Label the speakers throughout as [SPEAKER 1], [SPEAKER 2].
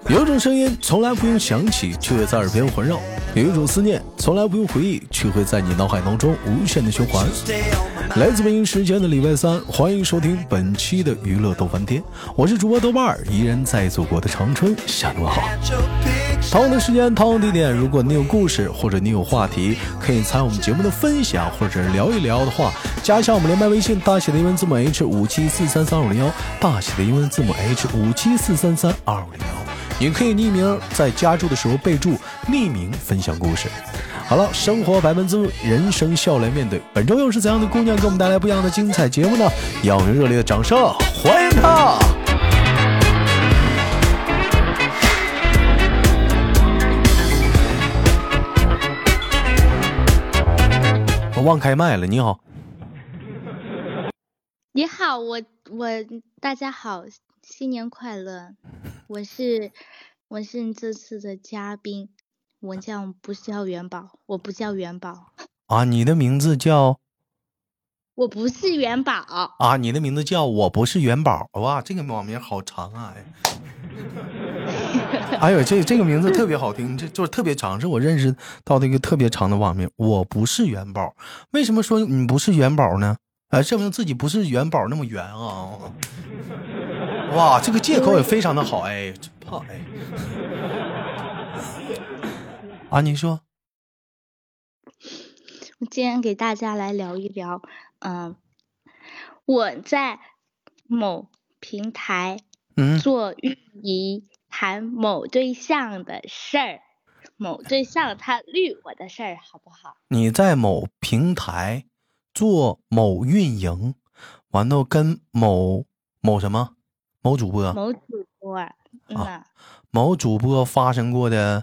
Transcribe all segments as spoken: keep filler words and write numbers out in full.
[SPEAKER 1] 有一种声音从来不用想起，却会在耳边环绕；有一种思念从来不用回忆，却会在你脑海当中无限的循环。来自北京时间的礼拜三，欢迎收听本期的娱乐豆翻天，我是主播豆瓣儿，依然在祖国的长春向你们好。同样的时间，同样地点，如果你有故事或者你有话题可以参与我们节目的分享或者聊一聊的话，加上我们连麦微信大写的英文字母 H 五七四三三二五零幺，大写的英文字母 H 五七四三三二五零幺，也可以匿名在加注的时候备注匿名分享故事。好了，生活百般滋味，人生笑来面对。本周又是怎样的姑娘给我们带来不一样的精彩节目呢？要用热烈的掌声欢迎她！我忘开麦了，你好。
[SPEAKER 2] 你好，我我大家好，新年快乐！我是我是这次的嘉宾，我叫不是叫元宝，我不叫元宝
[SPEAKER 1] 啊，你的名字叫？
[SPEAKER 2] 我不是元宝
[SPEAKER 1] 啊，你的名字叫我不是元宝。哇，这个网名好长啊！哎呦，这这个名字特别好听，这就是特别长，是我认识到的一个特别长的网名。我不是元宝，为什么说你不是元宝呢？哎，证明自己不是元宝那么圆啊！哇，这个借口也非常的好，哎，怕哎。啊，你说。
[SPEAKER 2] 我今天给大家来聊一聊，嗯，我在某平台做运营，谈某对象的事儿，某对象他绿我的事儿，好不好？
[SPEAKER 1] 你在某平台做某运营，完了跟某某什么某主播
[SPEAKER 2] 某主播、嗯、
[SPEAKER 1] 啊，某主播发生过的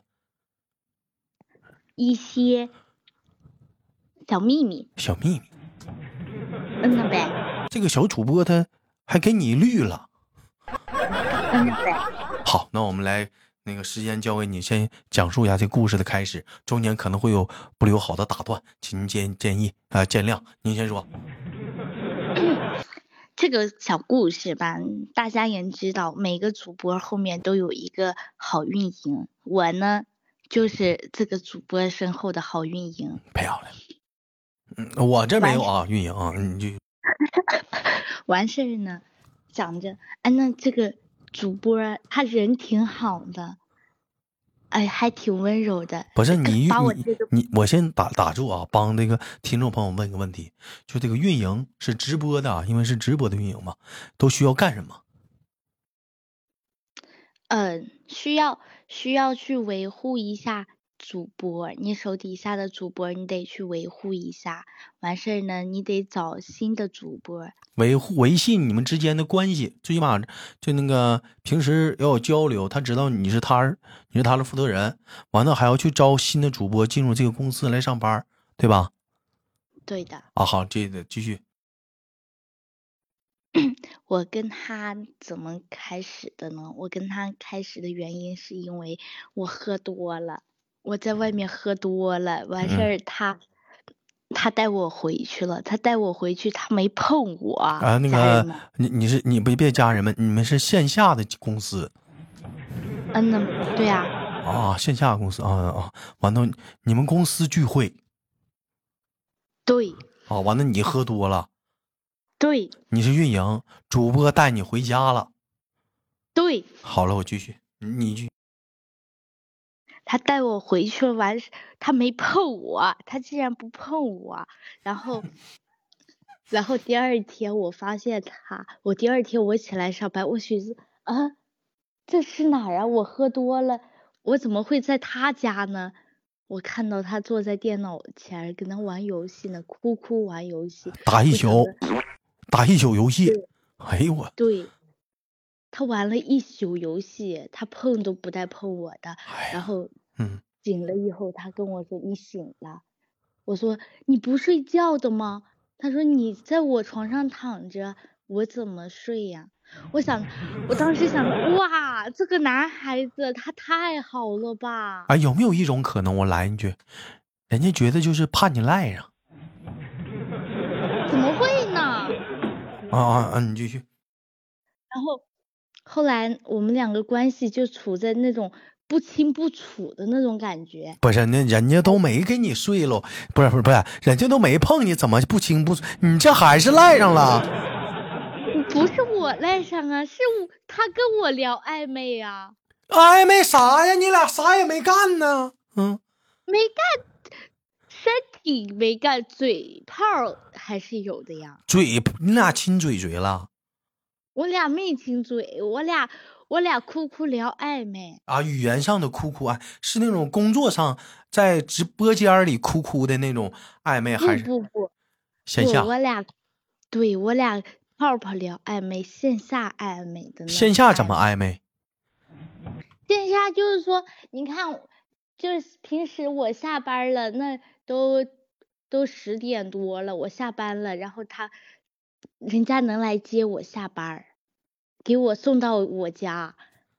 [SPEAKER 2] 一些小秘密，
[SPEAKER 1] 小秘密，
[SPEAKER 2] 嗯了呗。
[SPEAKER 1] 这个小主播他还给你绿了，
[SPEAKER 2] 嗯了呗。
[SPEAKER 1] 好，那我们来那个时间交给你，先讲述一下这故事的开始，中间可能会有不留好的打断，请您建建议啊、呃、见谅，您先说。
[SPEAKER 2] 这个小故事吧，大家也知道，每个主播后面都有一个好运营，我呢就是这个主播身后的好运营。
[SPEAKER 1] 漂亮。嗯，我这没有啊，运营啊，你就
[SPEAKER 2] 完事儿呢，想着，哎，那这个主播他人挺好的，哎，还挺温柔的。
[SPEAKER 1] 不是你
[SPEAKER 2] 把我
[SPEAKER 1] 你
[SPEAKER 2] 这个
[SPEAKER 1] 你，我先打打住啊，帮那个听众朋友问个问题，就这个运营是直播的，因为是直播的运营嘛，都需要干什么？
[SPEAKER 2] 嗯、呃，需要需要去维护一下主播，你手底下的主播你得去维护一下，完事儿呢，你得找新的主播，
[SPEAKER 1] 维护维系你们之间的关系，最起码就那个平时要有交流，他知道你是他你是他的负责人，完了还要去招新的主播进入这个公司来上班，对吧？
[SPEAKER 2] 对的。
[SPEAKER 1] 啊，好，接着继续。
[SPEAKER 2] 我跟他怎么开始的呢？我跟他开始的原因是因为我喝多了，我在外面喝多了，完事儿他、嗯、他带我回去了，他带我回去，他没碰我
[SPEAKER 1] 啊。那个你你是你不别家人们，你们是线下的公司？
[SPEAKER 2] 嗯，那对呀、
[SPEAKER 1] 啊。啊，线下公司啊啊，完了你们公司聚会。
[SPEAKER 2] 对。
[SPEAKER 1] 啊，完了你喝多了。
[SPEAKER 2] 对，
[SPEAKER 1] 你是运营，主播带你回家了。
[SPEAKER 2] 对，
[SPEAKER 1] 好了，我继续，你继续。
[SPEAKER 2] 他带我回去了，完他没碰我，他竟然不碰我，然后，然后第二天我发现他，我第二天我起来上班，我寻思啊，这是哪儿啊？我喝多了，我怎么会在他家呢？我看到他坐在电脑前跟他玩游戏呢，哭哭玩游戏，
[SPEAKER 1] 打一宿。打一宿游戏，哎呦我！
[SPEAKER 2] 对，他玩了一宿游戏，他碰都不带碰我的，
[SPEAKER 1] 哎、
[SPEAKER 2] 然后，
[SPEAKER 1] 嗯，
[SPEAKER 2] 醒了以后，他跟我说你醒了，我说你不睡觉的吗？他说你在我床上躺着，我怎么睡呀？我想，我当时想，哇，这个男孩子他太好了吧？
[SPEAKER 1] 哎，有没有一种可能，我来一句，人家觉得就是怕你赖上？
[SPEAKER 2] 怎么会呢？
[SPEAKER 1] 啊啊啊！你继续。
[SPEAKER 2] 然后后来我们两个关系就处在那种不清不楚的那种感觉。
[SPEAKER 1] 不是，那人家都没给你睡喽，不是不是不是，人家都没碰你，怎么不清不楚？你这还是赖上了？
[SPEAKER 2] 不是我赖上啊，是我他跟我聊暧昧啊。
[SPEAKER 1] 暧昧啥呀？你俩啥也没干呢？嗯，
[SPEAKER 2] 没干，身体没干，嘴炮还是有的呀。
[SPEAKER 1] 嘴，你俩亲嘴嘴了？
[SPEAKER 2] 我俩没亲嘴，我俩我俩哭哭聊暧昧
[SPEAKER 1] 啊，语言上的哭哭啊，是那种工作上在直播间里哭哭的那种暧昧，还是
[SPEAKER 2] 不不不
[SPEAKER 1] 线下？
[SPEAKER 2] 不我俩对我俩泡泡聊暧昧，线下暧昧的。
[SPEAKER 1] 线下怎么暧昧？
[SPEAKER 2] 线下就是说，你看，就是平时我下班了，那都都十点多了，我下班了，然后他人家能来接我下班，给我送到我家，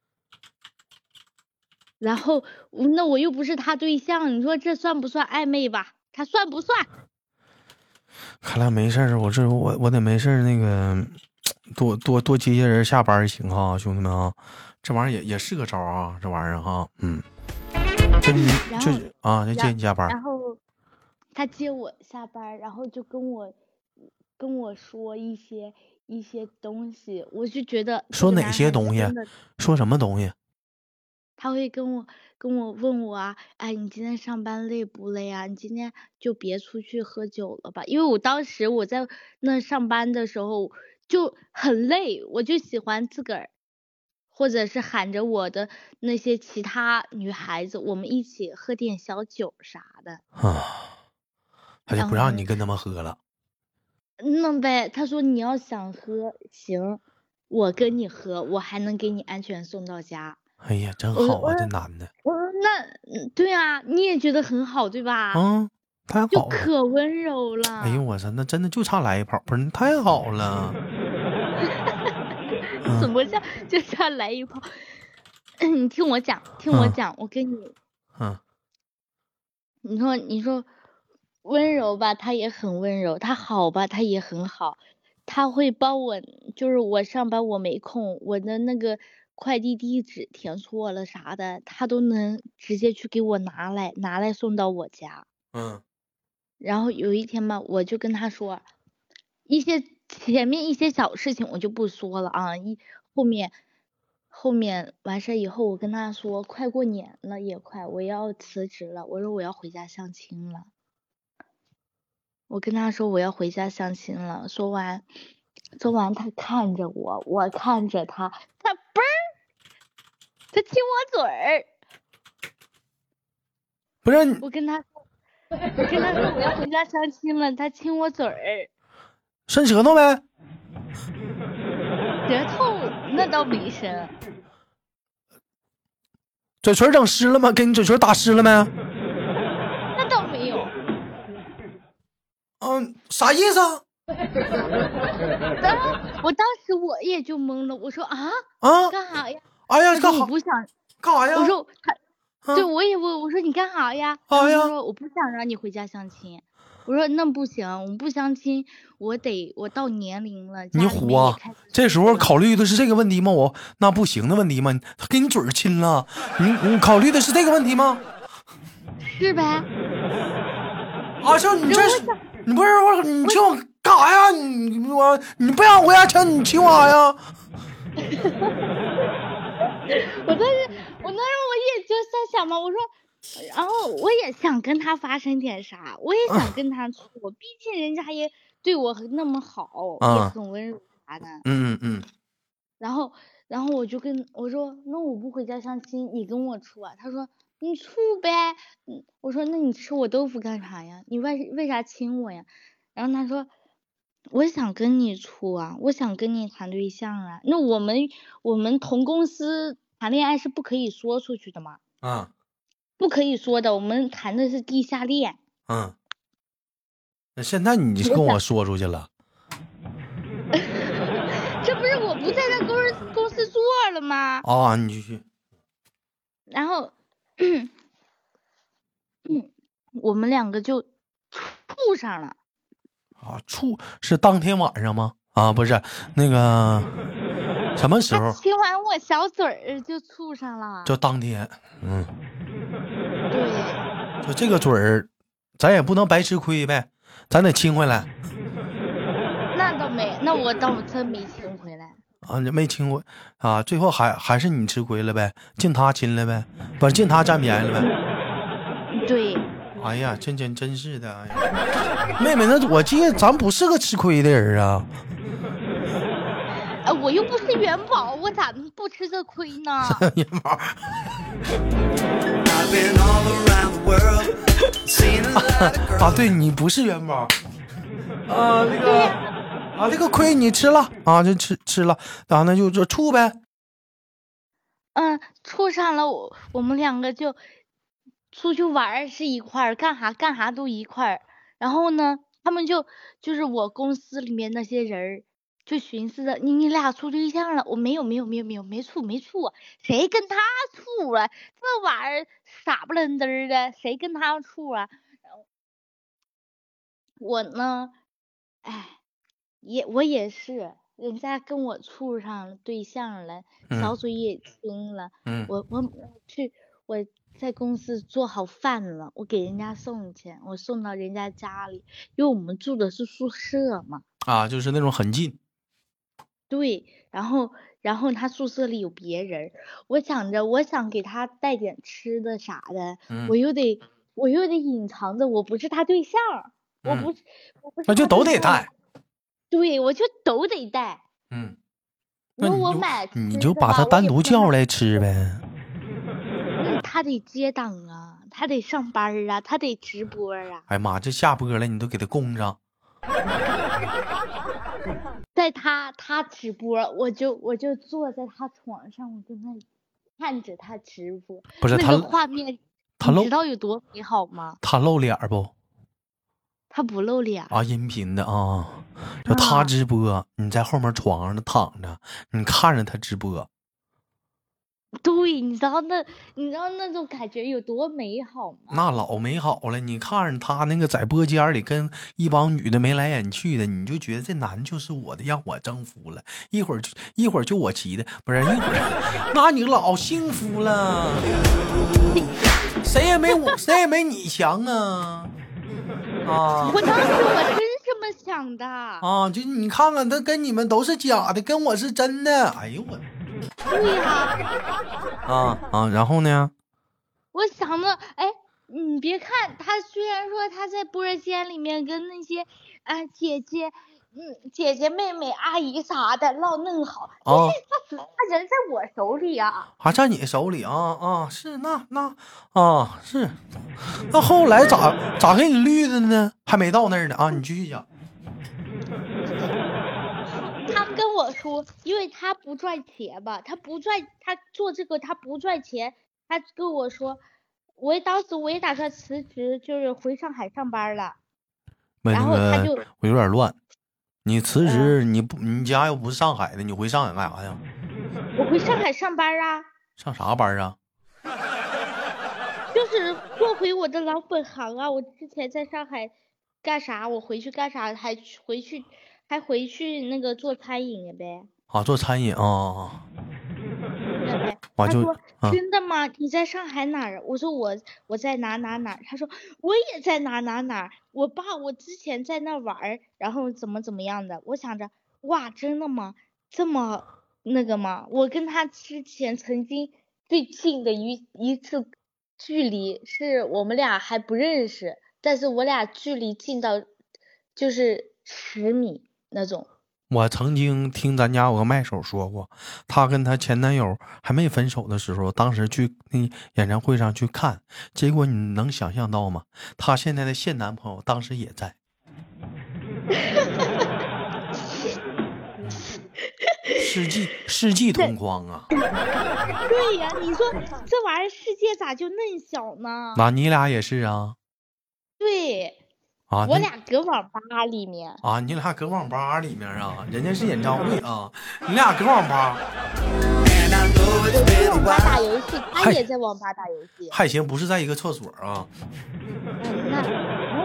[SPEAKER 2] 然后那我又不是他对象，你说这算不算暧昧吧？他算不算？
[SPEAKER 1] 看来没事儿，我这我我得没事儿，那个多多多接些人下班行哈，兄弟们啊，这玩意儿也也是个招啊，这玩意儿哈，嗯，就你就啊，就接你下班，
[SPEAKER 2] 然后他接我下班，然后就跟我跟我说一些一些东西，我就觉得
[SPEAKER 1] 说哪些东西？说什么东西？
[SPEAKER 2] 他会跟我跟我问我啊，哎，你今天上班累不累啊？你今天就别出去喝酒了吧，因为我当时我在那上班的时候就很累，我就喜欢自个儿，或者是喊着我的那些其他女孩子，我们一起喝点小酒啥的。
[SPEAKER 1] 啊，他就不让你跟他们喝了。
[SPEAKER 2] 那呗，他说你要想喝，行，我跟你喝，我还能给你安全送到家。
[SPEAKER 1] 哎呀，真好啊，这男的。
[SPEAKER 2] 我说那对啊，你也觉得很好对吧？
[SPEAKER 1] 嗯，太好了，
[SPEAKER 2] 就可温柔了。
[SPEAKER 1] 哎呦我操，那真的就差来一炮，不是太好了。
[SPEAKER 2] 什么叫就差来一炮？你听我讲，听我讲，嗯、我跟你，
[SPEAKER 1] 嗯，
[SPEAKER 2] 你说你说温柔吧，他也很温柔；他好吧，他也很好。他会帮我，就是我上班我没空，我的那个快递地址填错了啥的，他都能直接去给我拿来，拿来送到我家。
[SPEAKER 1] 嗯。
[SPEAKER 2] 然后有一天吧，我就跟他说，一些前面一些小事情我就不说了啊，一后面后面完事以后，我跟他说，快过年了也快，我要辞职了，我说我要回家相亲了。我跟他说我要回家相亲了，说完，说完他看着我，我看着他，他嘣儿，他亲我嘴儿。
[SPEAKER 1] 不是，
[SPEAKER 2] 我跟他说，我跟他说我要回家相亲了，他亲我嘴儿。
[SPEAKER 1] 伸舌头没？
[SPEAKER 2] 舌头那倒没伸。
[SPEAKER 1] 嘴唇整湿了吗？给你嘴唇打湿了没？
[SPEAKER 2] 那倒没有。
[SPEAKER 1] 嗯，啥意思啊？
[SPEAKER 2] 我当时我也就懵了，我说啊
[SPEAKER 1] 啊，
[SPEAKER 2] 干啥呀？
[SPEAKER 1] 哎呀，干啥？
[SPEAKER 2] 我不想
[SPEAKER 1] 干啥呀？
[SPEAKER 2] 我说他，啊、对我也问我说你干啥呀？
[SPEAKER 1] 啊呀，
[SPEAKER 2] 他说我不想让你回家相亲。我说那不行，我们不相亲，我得我到年龄了。
[SPEAKER 1] 你虎啊！这时候考虑的是这个问题吗？我那不行的问题吗？他给你嘴亲了，你你考虑的是这个问题吗？
[SPEAKER 2] 是呗。
[SPEAKER 1] 啊，就你这是。你不是我，你亲我干啥呀？你我你不想回家亲，你亲我啥呀？
[SPEAKER 2] 我当时，我当时我也就在想嘛，我说，然后我也想跟他发生点啥，我也想跟他处，啊、毕竟人家也对我那么好，啊、也很温柔啥的。
[SPEAKER 1] 嗯嗯嗯。
[SPEAKER 2] 然后，然后我就跟我说，那我不回家相亲，你跟我处啊？他说。你处呗，嗯，我说那你吃我豆腐干啥呀？你为为啥亲我呀？然后他说，我想跟你处啊，我想跟你谈对象啊。那我们我们同公司谈恋爱是不可以说出去的嘛？
[SPEAKER 1] 嗯，
[SPEAKER 2] 不可以说的，我们谈的是地下恋。
[SPEAKER 1] 嗯，那现在你跟我说出去了，
[SPEAKER 2] 这不是我不在那公司公司做了吗？
[SPEAKER 1] 啊，你继续。
[SPEAKER 2] 然后。嗯，我们两个就处上了
[SPEAKER 1] 啊，处是当天晚上吗？啊，不是那个什么时候？
[SPEAKER 2] 亲完我小嘴儿就处上了，
[SPEAKER 1] 就当天。嗯，
[SPEAKER 2] 对，
[SPEAKER 1] 就这个嘴儿，咱也不能白吃亏呗，咱得亲回来。
[SPEAKER 2] 那倒没，那我倒真没亲回来。
[SPEAKER 1] 啊，你没亲过啊？最后还还是你吃亏了呗，净他亲了呗，不是净他占便宜了呗？
[SPEAKER 2] 对。
[SPEAKER 1] 哎呀，真真真是的，哎呀妹妹，那我记得咱不是个吃亏的人啊。
[SPEAKER 2] 呃，我又不是元宝，我咋能不吃这亏呢？
[SPEAKER 1] 元宝。啊，对你不是元宝啊，那个啊，这个亏你吃了啊，就吃吃了，然后那就就处呗。
[SPEAKER 2] 嗯，处上了，我我们两个就出去玩是一块儿，干啥干啥都一块儿。然后呢，他们就就是我公司里面那些人就寻思着，你你俩处对象了？我没有没有没有没有没处没处，谁跟他处啊？这玩意儿傻不愣登的，谁跟他处啊？然后我呢，哎，也我也是。人家跟我处上对象了，
[SPEAKER 1] 嗯、
[SPEAKER 2] 小嘴也亲了，
[SPEAKER 1] 嗯，
[SPEAKER 2] 我我去我在公司做好饭了，我给人家送去，我送到人家家里，因为我们住的是宿舍嘛。
[SPEAKER 1] 啊，就是那种很近。
[SPEAKER 2] 对，然后然后他宿舍里有别人，我想着我想给他带点吃的啥的，
[SPEAKER 1] 嗯、
[SPEAKER 2] 我又得我又得隐藏着我不是他对象，
[SPEAKER 1] 嗯、
[SPEAKER 2] 我不是我不是
[SPEAKER 1] 那就都得带。
[SPEAKER 2] 对，我就都得带。
[SPEAKER 1] 嗯，
[SPEAKER 2] 那我买
[SPEAKER 1] 你就把他单独叫来吃呗。
[SPEAKER 2] 那他得接档啊，他得上班啊，他得直播啊。
[SPEAKER 1] 哎呀妈，这下播了，你都给他供上。
[SPEAKER 2] 在他他直播，我就我就坐在他床上，我跟他看着他直播。
[SPEAKER 1] 不是
[SPEAKER 2] 那个画面，
[SPEAKER 1] 他露，
[SPEAKER 2] 你知道有多美好吗？
[SPEAKER 1] 他露脸不？
[SPEAKER 2] 他不露脸
[SPEAKER 1] 啊，音频的啊，就他直播，啊、你在后面床上躺着，你看着他直播。
[SPEAKER 2] 对，你知道那你知道那种感觉有多美好吗？
[SPEAKER 1] 那老美好了，你看着他那个在播间里跟一帮女的眉来眼去的，你就觉得这男就是我的，让我征服了。一会儿就一会儿就我骑的，不是一会儿，那你老幸福了。谁也没我，谁也没你强啊！啊！
[SPEAKER 2] 我当时我真这么想的
[SPEAKER 1] 啊！就你看看，他跟你们都是假的，跟我是真的。哎呦我！
[SPEAKER 2] 对呀、
[SPEAKER 1] 啊。啊啊！然后呢？
[SPEAKER 2] 我想着，哎，你别看他，虽然说他在播间里面跟那些啊姐姐、嗯姐姐、妹妹、阿姨啥的唠嫩好，但是他他人在我手里啊。
[SPEAKER 1] 还在你手里啊啊！是那那啊是，那后来咋咋给你绿的呢？还没到那儿呢啊！你继续讲。
[SPEAKER 2] 他跟我说，因为他不赚钱吧，他不赚，他做这个他不赚钱，他跟我说，我当时我也打算辞职，就是回上海上班了。然后他就
[SPEAKER 1] 我有点乱，你辞职、嗯、你不你家又不是上海的，你回上海干啥呀？
[SPEAKER 2] 我回上海上班啊。
[SPEAKER 1] 上啥班啊？
[SPEAKER 2] 就是做回我的老本行啊！我之前在上海干啥，我回去干啥，还回去还回去那个做餐饮呗。
[SPEAKER 1] 啊，做餐饮啊。
[SPEAKER 2] 他说、啊、真的吗？你在上海哪儿？我说我我在哪哪哪。他说我也在哪哪哪。我爸我之前在那玩，然后怎么怎么样的。我想着哇，真的吗？这么那个吗？我跟他之前曾经最近的一一次距离是我们俩还不认识，但是我俩距离近到就是十米那种。
[SPEAKER 1] 我曾经听咱家有个麦手说过，她跟她前男友还没分手的时候，当时去那演唱会上去看，结果你能想象到吗？她现在的现男朋友当时也在。世纪世纪同框啊！
[SPEAKER 2] 对呀，你说这玩意儿世界咋就嫩小呢？
[SPEAKER 1] 那你俩也是啊？
[SPEAKER 2] 对。
[SPEAKER 1] 啊，
[SPEAKER 2] 我俩搁网吧里面
[SPEAKER 1] 啊，你俩搁网吧里面啊？人家是演唱会啊，你俩搁网吧。
[SPEAKER 2] 我在网吧打游戏，他也在网吧打游戏。
[SPEAKER 1] 还行，不是在一个厕所啊。
[SPEAKER 2] 嗯，那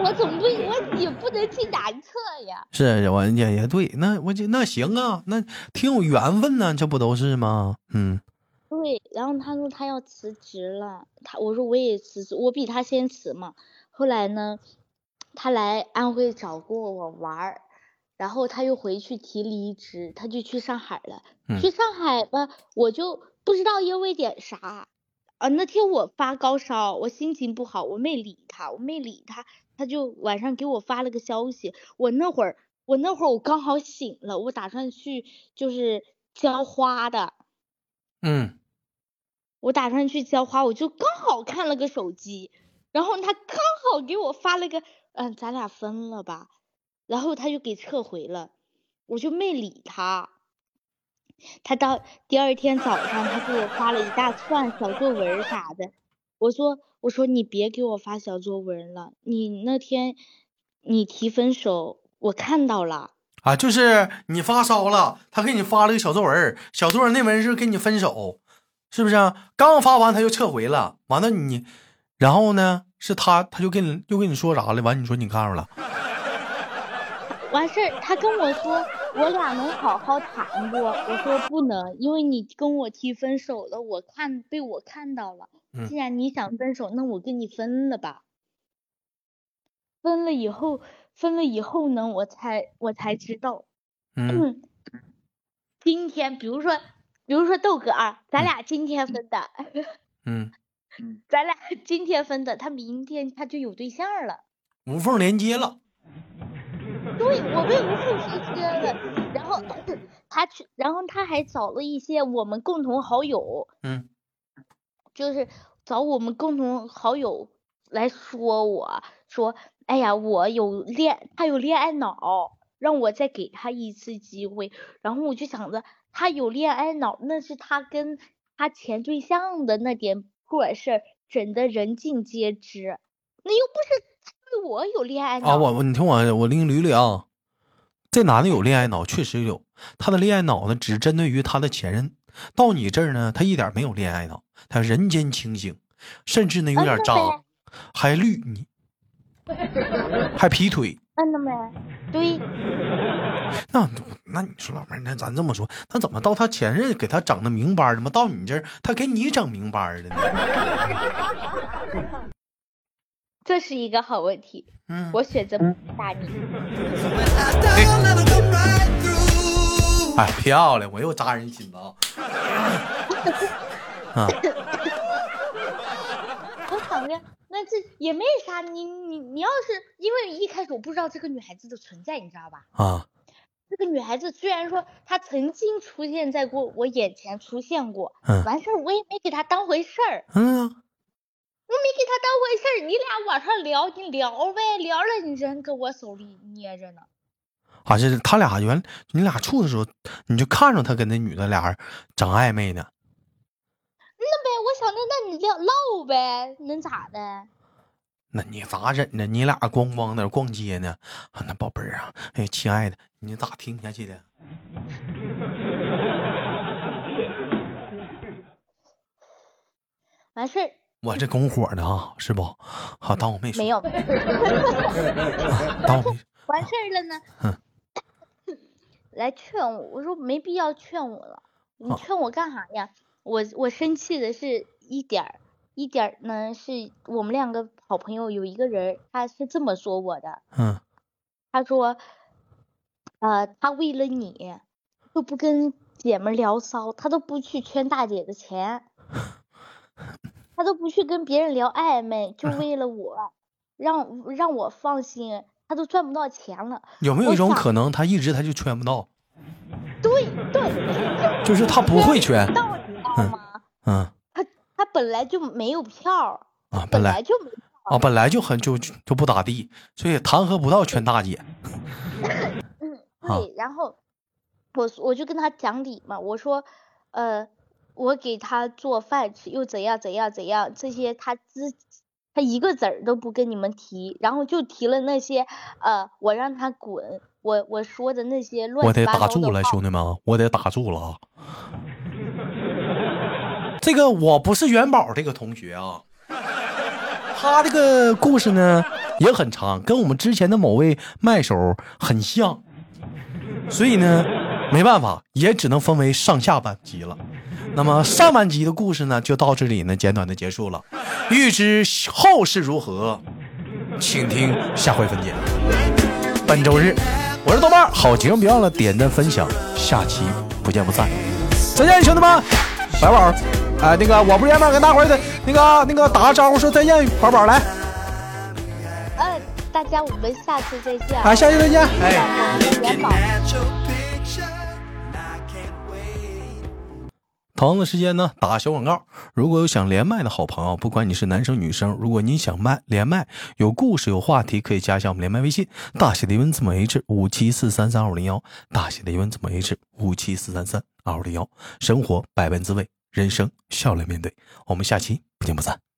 [SPEAKER 2] 我总不我也不能去男厕呀。
[SPEAKER 1] 是，我也也对，那我就那行啊，那挺有缘分呢，这不都是吗？嗯。
[SPEAKER 2] 对，然后他说他要辞职了，他我说我也辞职，我比他先辞嘛。后来呢，他来安徽找过我玩儿，然后他又回去提离职，他就去上海了。
[SPEAKER 1] 嗯、
[SPEAKER 2] 去上海吧，我就不知道因为点啥啊。那天我发高烧，我心情不好，我没理他，我没理他，他就晚上给我发了个消息。我那会儿，我那会儿我刚好醒了，我打算去就是浇花的。
[SPEAKER 1] 嗯。
[SPEAKER 2] 我打算去浇花，我就刚好看了个手机，然后他刚好给我发了个，嗯，咱俩分了吧，然后他就给撤回了，我就没理他。他到第二天早上，他给我发了一大串小作文啥的，我说我说你别给我发小作文了，你那天你提分手，我看到了。
[SPEAKER 1] 啊，就是你发烧了，他给你发了个小作文，小作文那文是跟你分手。是不是啊？刚发完他就撤回了，完了你，然后呢？是他，他就跟你又跟你说啥了？完你说你看着了，
[SPEAKER 2] 完事儿，他跟我说我俩能好好谈不？我说不能，因为你跟我提分手了，我看被我看到了。既然你想分手，那我跟你分了吧。分了以后，分了以后呢，我才我才知道，
[SPEAKER 1] 嗯，
[SPEAKER 2] 今天比如说。比如说豆哥啊，咱俩今天分的，
[SPEAKER 1] 嗯，
[SPEAKER 2] 咱俩今天分的，他明天他就有对象了，
[SPEAKER 1] 无缝连接了。
[SPEAKER 2] 对，我被无缝连接了，然后他去，然后他还找了一些我们共同好友，
[SPEAKER 1] 嗯，
[SPEAKER 2] 就是找我们共同好友来说我说，哎呀，我有恋，他有恋爱脑，让我再给他一次机会，然后我就想着。他有恋爱脑，那是他跟他前对象的那点破事儿整得人尽皆知，那又不是他对我有恋爱脑
[SPEAKER 1] 啊！我你听我，我给你捋捋啊。这男的有恋爱脑，确实有，他的恋爱脑呢只针对于他的前任。到你这儿呢，他一点没有恋爱脑，他人间清醒，甚至呢有点渣，嗯、还绿你，还劈腿。
[SPEAKER 2] 嗯了没？对。
[SPEAKER 1] 那那你说老妹儿，那咱这么说，那怎么到他前任给他整的明白了吗？到你这儿，他给你整明白了呢？
[SPEAKER 2] 这是一个好问题。嗯，我选择不答你。
[SPEAKER 1] 哎，漂亮！我又扎人心了啊！
[SPEAKER 2] 我想着，那这也没啥。你你你要是因为一开始我不知道这个女孩子的存在，你知道吧？
[SPEAKER 1] 啊。
[SPEAKER 2] 这个女孩子虽然说她曾经出现在过我眼前出现过，
[SPEAKER 1] 嗯，
[SPEAKER 2] 完事儿我也没给她当回事儿，
[SPEAKER 1] 嗯，
[SPEAKER 2] 我没给她当回事儿。你俩网上聊，你聊呗，聊了你人搁我手里捏着呢。
[SPEAKER 1] 啊，这他俩原你俩处的时候，你就看着他跟那女的俩人整暧昧呢。
[SPEAKER 2] 那呗，我想着那你聊唠呗，能咋的？
[SPEAKER 1] 那你咋忍呢？你俩咣咣那逛街呢？啊，那宝贝儿啊，哎，亲爱的，你咋听下去的？
[SPEAKER 2] 完事儿，
[SPEAKER 1] 我这拱火的啊，是不？好，当我没说。
[SPEAKER 2] 没有。
[SPEAKER 1] 啊、当我没。
[SPEAKER 2] 完事儿了呢？
[SPEAKER 1] 嗯。
[SPEAKER 2] 来劝我，我说没必要劝我了，你劝我干啥呀？我我生气的是一点儿。一点呢，是我们两个好朋友有一个人，他是这么说我的，
[SPEAKER 1] 嗯，
[SPEAKER 2] 他说，呃，他为了你都不跟姐们聊骚，他都不去圈大姐的钱，他都不去跟别人聊暧昧，就为了我，让让我放心，他都赚不到钱了。
[SPEAKER 1] 有没有一种可能，他一直他就圈不到？
[SPEAKER 2] 对对，
[SPEAKER 1] 就是他不会圈，
[SPEAKER 2] 你知道吗？
[SPEAKER 1] 嗯。
[SPEAKER 2] 他本来就没有票
[SPEAKER 1] 啊，
[SPEAKER 2] 本来就没票
[SPEAKER 1] 啊，本来就很就就不咋地，所以谈何不到圈大姐。
[SPEAKER 2] 嗯，对，然后我我就跟他讲理嘛，我说，呃，我给他做饭吃，又怎样怎样怎样，这些他自他一个子儿都不跟你们提，然后就提了那些，呃，我让他滚，我我说的那些乱七八糟的话。
[SPEAKER 1] 我得打住了，兄弟们，我得打住了啊。这个我不是元宝这个同学啊，他这个故事呢也很长，跟我们之前的某位麦手很像，所以呢没办法，也只能分为上下半集了。那么上半集的故事呢就到这里呢简短的结束了，欲知后事如何，请听下回分解。本周日我是豆瓣，好节目别忘了点赞分享，下期不见不散。再见兄弟们，宝宝哎，那个我不是元宝跟大伙儿的那个那个打个招呼说再见，宝宝来。
[SPEAKER 2] 嗯，大家我们下次再见。
[SPEAKER 1] 啊，下期再见。哎，
[SPEAKER 2] 元宝。
[SPEAKER 1] 同样的时间呢，打小广告。如果有想连麦的好朋友，不管你是男生女生，如果你想麦连麦，有故事有话题，可以加一下我们连麦微信，大写的英文字母 H 五七四三三二五零幺，大写的英文字母 H 五七四三三二五零幺。生活百般滋味，人生笑来面对。我们下期不见不散。